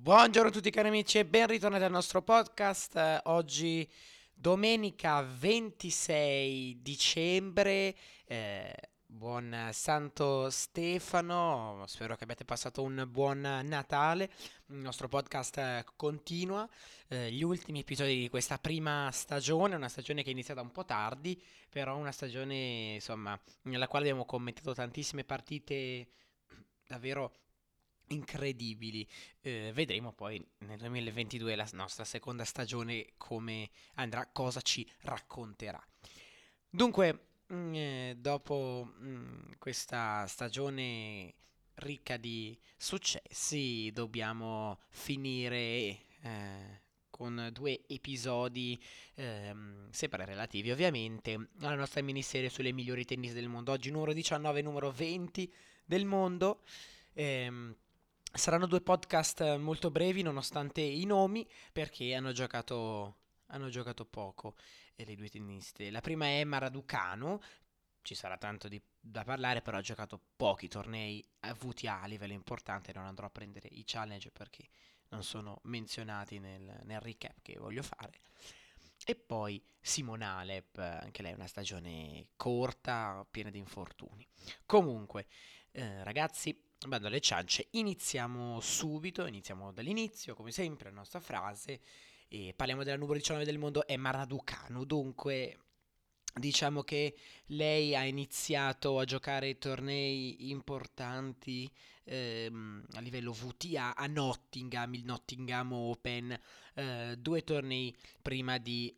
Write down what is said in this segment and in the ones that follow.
Buongiorno a tutti cari amici e ben ritornati al nostro podcast. Oggi domenica 26 dicembre, buon Santo Stefano, spero che abbiate passato un buon Natale. Il nostro podcast continua, gli ultimi episodi di questa prima stagione, una stagione che è iniziata un po' tardi, però una stagione insomma nella quale abbiamo commentato tantissime partite davvero incredibili. Vedremo poi nel 2022 la nostra seconda stagione come andrà, cosa ci racconterà. Dunque, dopo questa stagione ricca di successi, dobbiamo finire con due episodi sempre relativi ovviamente alla nostra miniserie sulle migliori tennis del mondo. Oggi numero 19 e numero 20 del mondo. Ehm, Saranno due podcast molto brevi nonostante i nomi perché hanno giocato poco le due tenniste. La prima è Emma Raducanu, ci sarà tanto da parlare, però ha giocato pochi tornei avuti a livello importante. Non andrò a prendere i challenge perché non sono menzionati nel recap che voglio fare. E poi Simona Alep, anche lei una stagione corta, piena di infortuni. Comunque, ragazzi, bando alle ciance, iniziamo subito, iniziamo dall'inizio, come sempre, la nostra frase, e parliamo della numero 19 del mondo, è Maraducanu, dunque diciamo che lei ha iniziato a giocare tornei importanti a livello VTA a Nottingham, il Nottingham Open, due tornei prima di...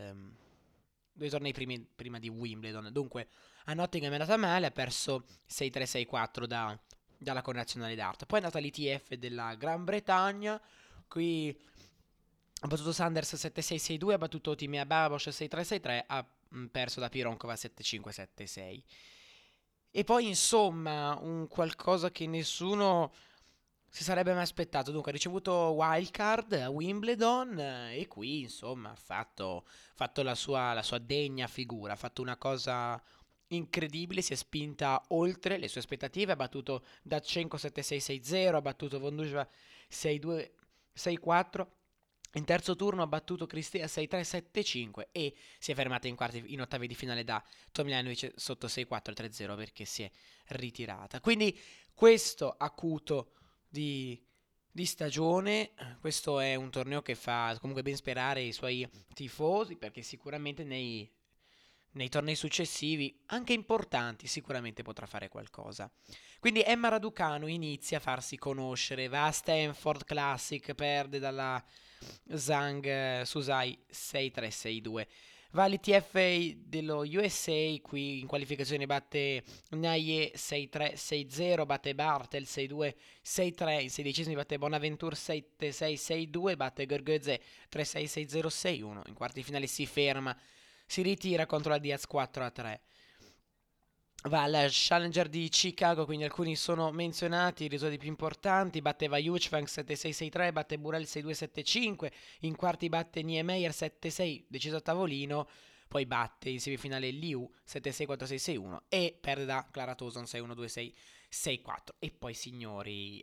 prima di Wimbledon. Dunque, a Nottingham è andata male, ha perso 6-3, 6-4 dalla connazionale d'arte. Poi è andata all'ITF della Gran Bretagna. Qui ha battuto Sanders 7-6, 6-2, ha battuto Timea Babos 6-3, 6-3, ha perso da Pironkova 7-5, 7-6. E poi insomma, un qualcosa che nessuno si sarebbe mai aspettato. Dunque, ha ricevuto wildcard a Wimbledon e qui insomma ha fatto la sua degna figura, ha fatto una cosa incredibile, si è spinta oltre le sue aspettative, ha battuto Dacenko 7-6, 6-0, ha battuto Vondusova 6-2, 6-4. In terzo turno ha battuto Cristea 6-3, 7-5 e si è fermata in ottavi di finale da Tomljanovic sotto 6-4, 3-0 perché si è ritirata. Quindi questo acuto di stagione, questo è un torneo che fa comunque ben sperare i suoi tifosi perché sicuramente nei tornei successivi, anche importanti, sicuramente potrà fare qualcosa. Quindi Emma Raducanu inizia a farsi conoscere, va a Stanford Classic, perde dalla Zhang Susai 6-3-6-2. Va all'ITF dello USA, qui in qualificazione batte Naye 6-3-6-0, batte Bartel 6-2, 6-3, in sedicesimi batte Bonaventure 7-6, 6-2, batte Gorgözè 3-6, 6-0, 6-1. In quarti finale si ferma, si ritira contro la Diaz 4-3. Va al Challenger di Chicago, quindi alcuni sono menzionati, i risultati più importanti, batte Vajuzhvang 7-6-6-3, batte Burel 6-2-7-5, in quarti batte Niemeyer 7-6, deciso a tavolino, poi batte in semifinale Liu 7-6-4-6-6-1 e perde da Clara Towson 6-1-2-6-6-4. E poi signori,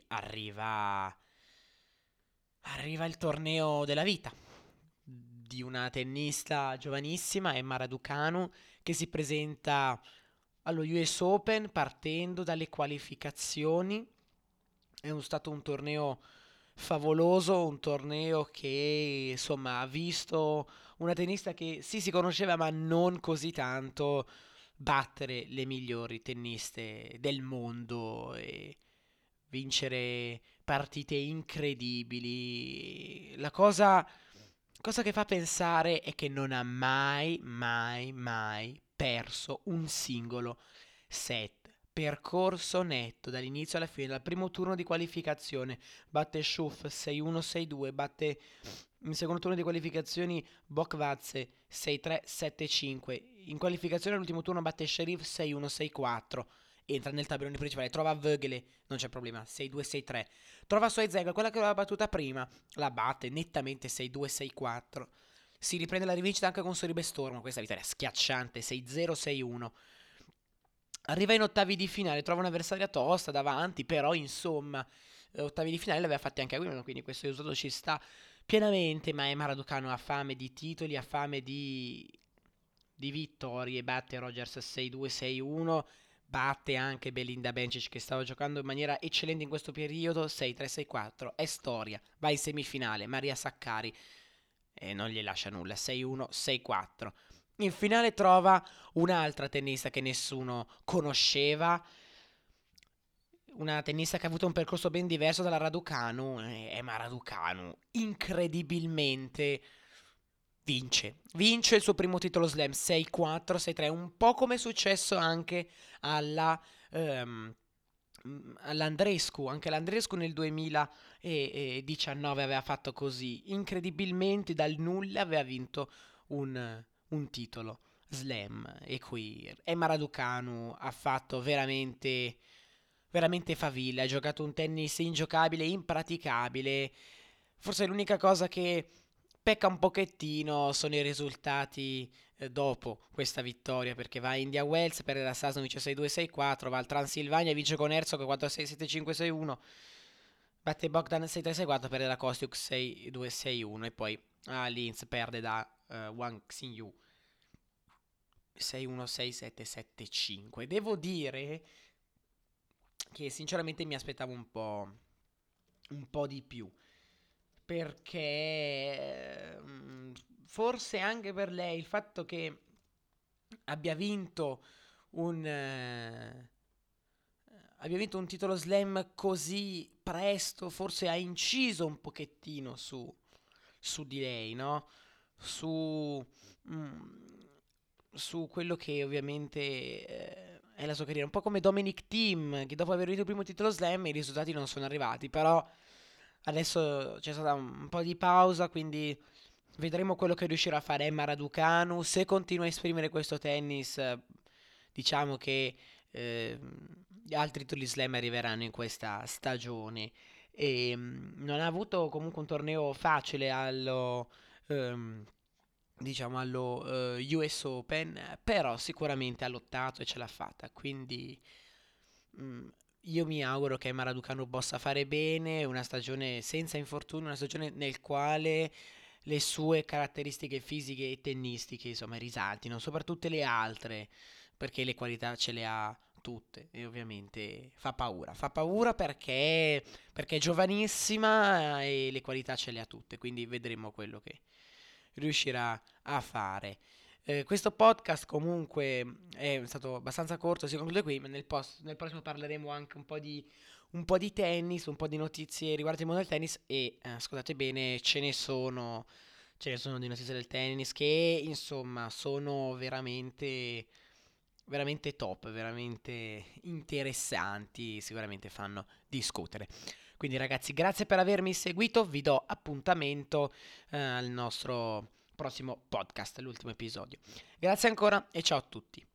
arriva il torneo della vita di una tennista giovanissima, Emma Raducanu, che si presenta allo US Open partendo dalle qualificazioni. Stato un torneo favoloso, un torneo che insomma ha visto una tennista che sì si conosceva ma non così tanto battere le migliori tenniste del mondo e vincere partite incredibili. La cosa che fa pensare è che non ha mai, mai, mai perso un singolo set. Percorso netto dall'inizio alla fine, dal primo turno di qualificazione. Batte Schuff 6-1, 6-2, batte in secondo turno di qualificazioni Bokvadze 6-3, 7-5. In qualificazione all'ultimo turno batte Sherif 6-1, 6-4. Entra nel tabellone principale, trova Vögele, non c'è problema, 6-2, 6-3. Trova Soezega, quella che aveva battuta prima, la batte nettamente 6-2, 6-4. Si riprende la rivincita anche con Soribe Stormo, questa vittoria schiacciante, 6-0, 6-1. Arriva in ottavi di finale, trova un'avversaria tosta davanti, però insomma ottavi di finale li aveva fatti anche a Wimbledon, quindi questo risultato ci sta pienamente, ma Emma Raducanu ha fame di titoli, ha fame di vittorie, batte Rogers 6-2, 6-1, batte anche Belinda Bencic che stava giocando in maniera eccellente in questo periodo, 6-3, 6-4, è storia, va in semifinale, Maria Saccari e non gli lascia nulla, 6-1, 6-4. In finale trova un'altra tennista che nessuno conosceva, una tennista che ha avuto un percorso ben diverso dalla Raducanu, Emma Raducanu, incredibilmente vince il suo primo titolo slam 6-4, 6-3, un po' come è successo anche alla all'Andrescu, anche l'Andrescu nel 2019 aveva fatto così, incredibilmente dal nulla aveva vinto un titolo slam e qui Emma Raducanu ha fatto veramente faville, ha giocato un tennis ingiocabile, impraticabile, forse l'unica cosa che pecca un pochettino sono i risultati dopo questa vittoria, perché va a India Wells, perde da Sasnovic 6-2, 6-4, va al Transilvania, vince con Herzog 4-6, 7-5, 6-1, batte Bogdan 6-3, 6-4, perde da Kostiuk 6-2, 6-1 e poi a Linz perde da Wang Xinyu 6-1, 6-7, 7-5. Devo dire che sinceramente mi aspettavo un po' di più, perché forse anche per lei il fatto che abbia vinto un abbia vinto un titolo slam così presto forse ha inciso un pochettino su di lei, no? Su mm, su quello che ovviamente è la sua carriera, un po' come Dominic Thiem che dopo aver vinto il primo titolo slam i risultati non sono arrivati, però adesso c'è stata un po' di pausa, quindi vedremo quello che riuscirà a fare Emma Raducanu. Se continua a esprimere questo tennis, diciamo che gli altri titoli slam arriveranno in questa stagione. E non ha avuto comunque un torneo facile ehm, diciamo allo US Open, però sicuramente ha lottato e ce l'ha fatta. Quindi mm, io mi auguro che Maraducanu possa fare bene, una stagione senza infortuni, una stagione nel quale le sue caratteristiche fisiche e tennistiche, insomma, risaltino, soprattutto le altre, perché le qualità ce le ha tutte e ovviamente fa paura perché è giovanissima e le qualità ce le ha tutte, quindi vedremo quello che riuscirà a fare. Questo podcast comunque è stato abbastanza corto, si conclude qui, ma nel prossimo parleremo anche un po' di tennis, un po' di notizie riguardo il mondo del tennis e ascoltate bene, ce ne sono di notizie del tennis che insomma sono veramente top, veramente interessanti, sicuramente fanno discutere. Quindi ragazzi, grazie per avermi seguito, vi do appuntamento al nostro prossimo podcast, l'ultimo episodio. Grazie ancora e ciao a tutti.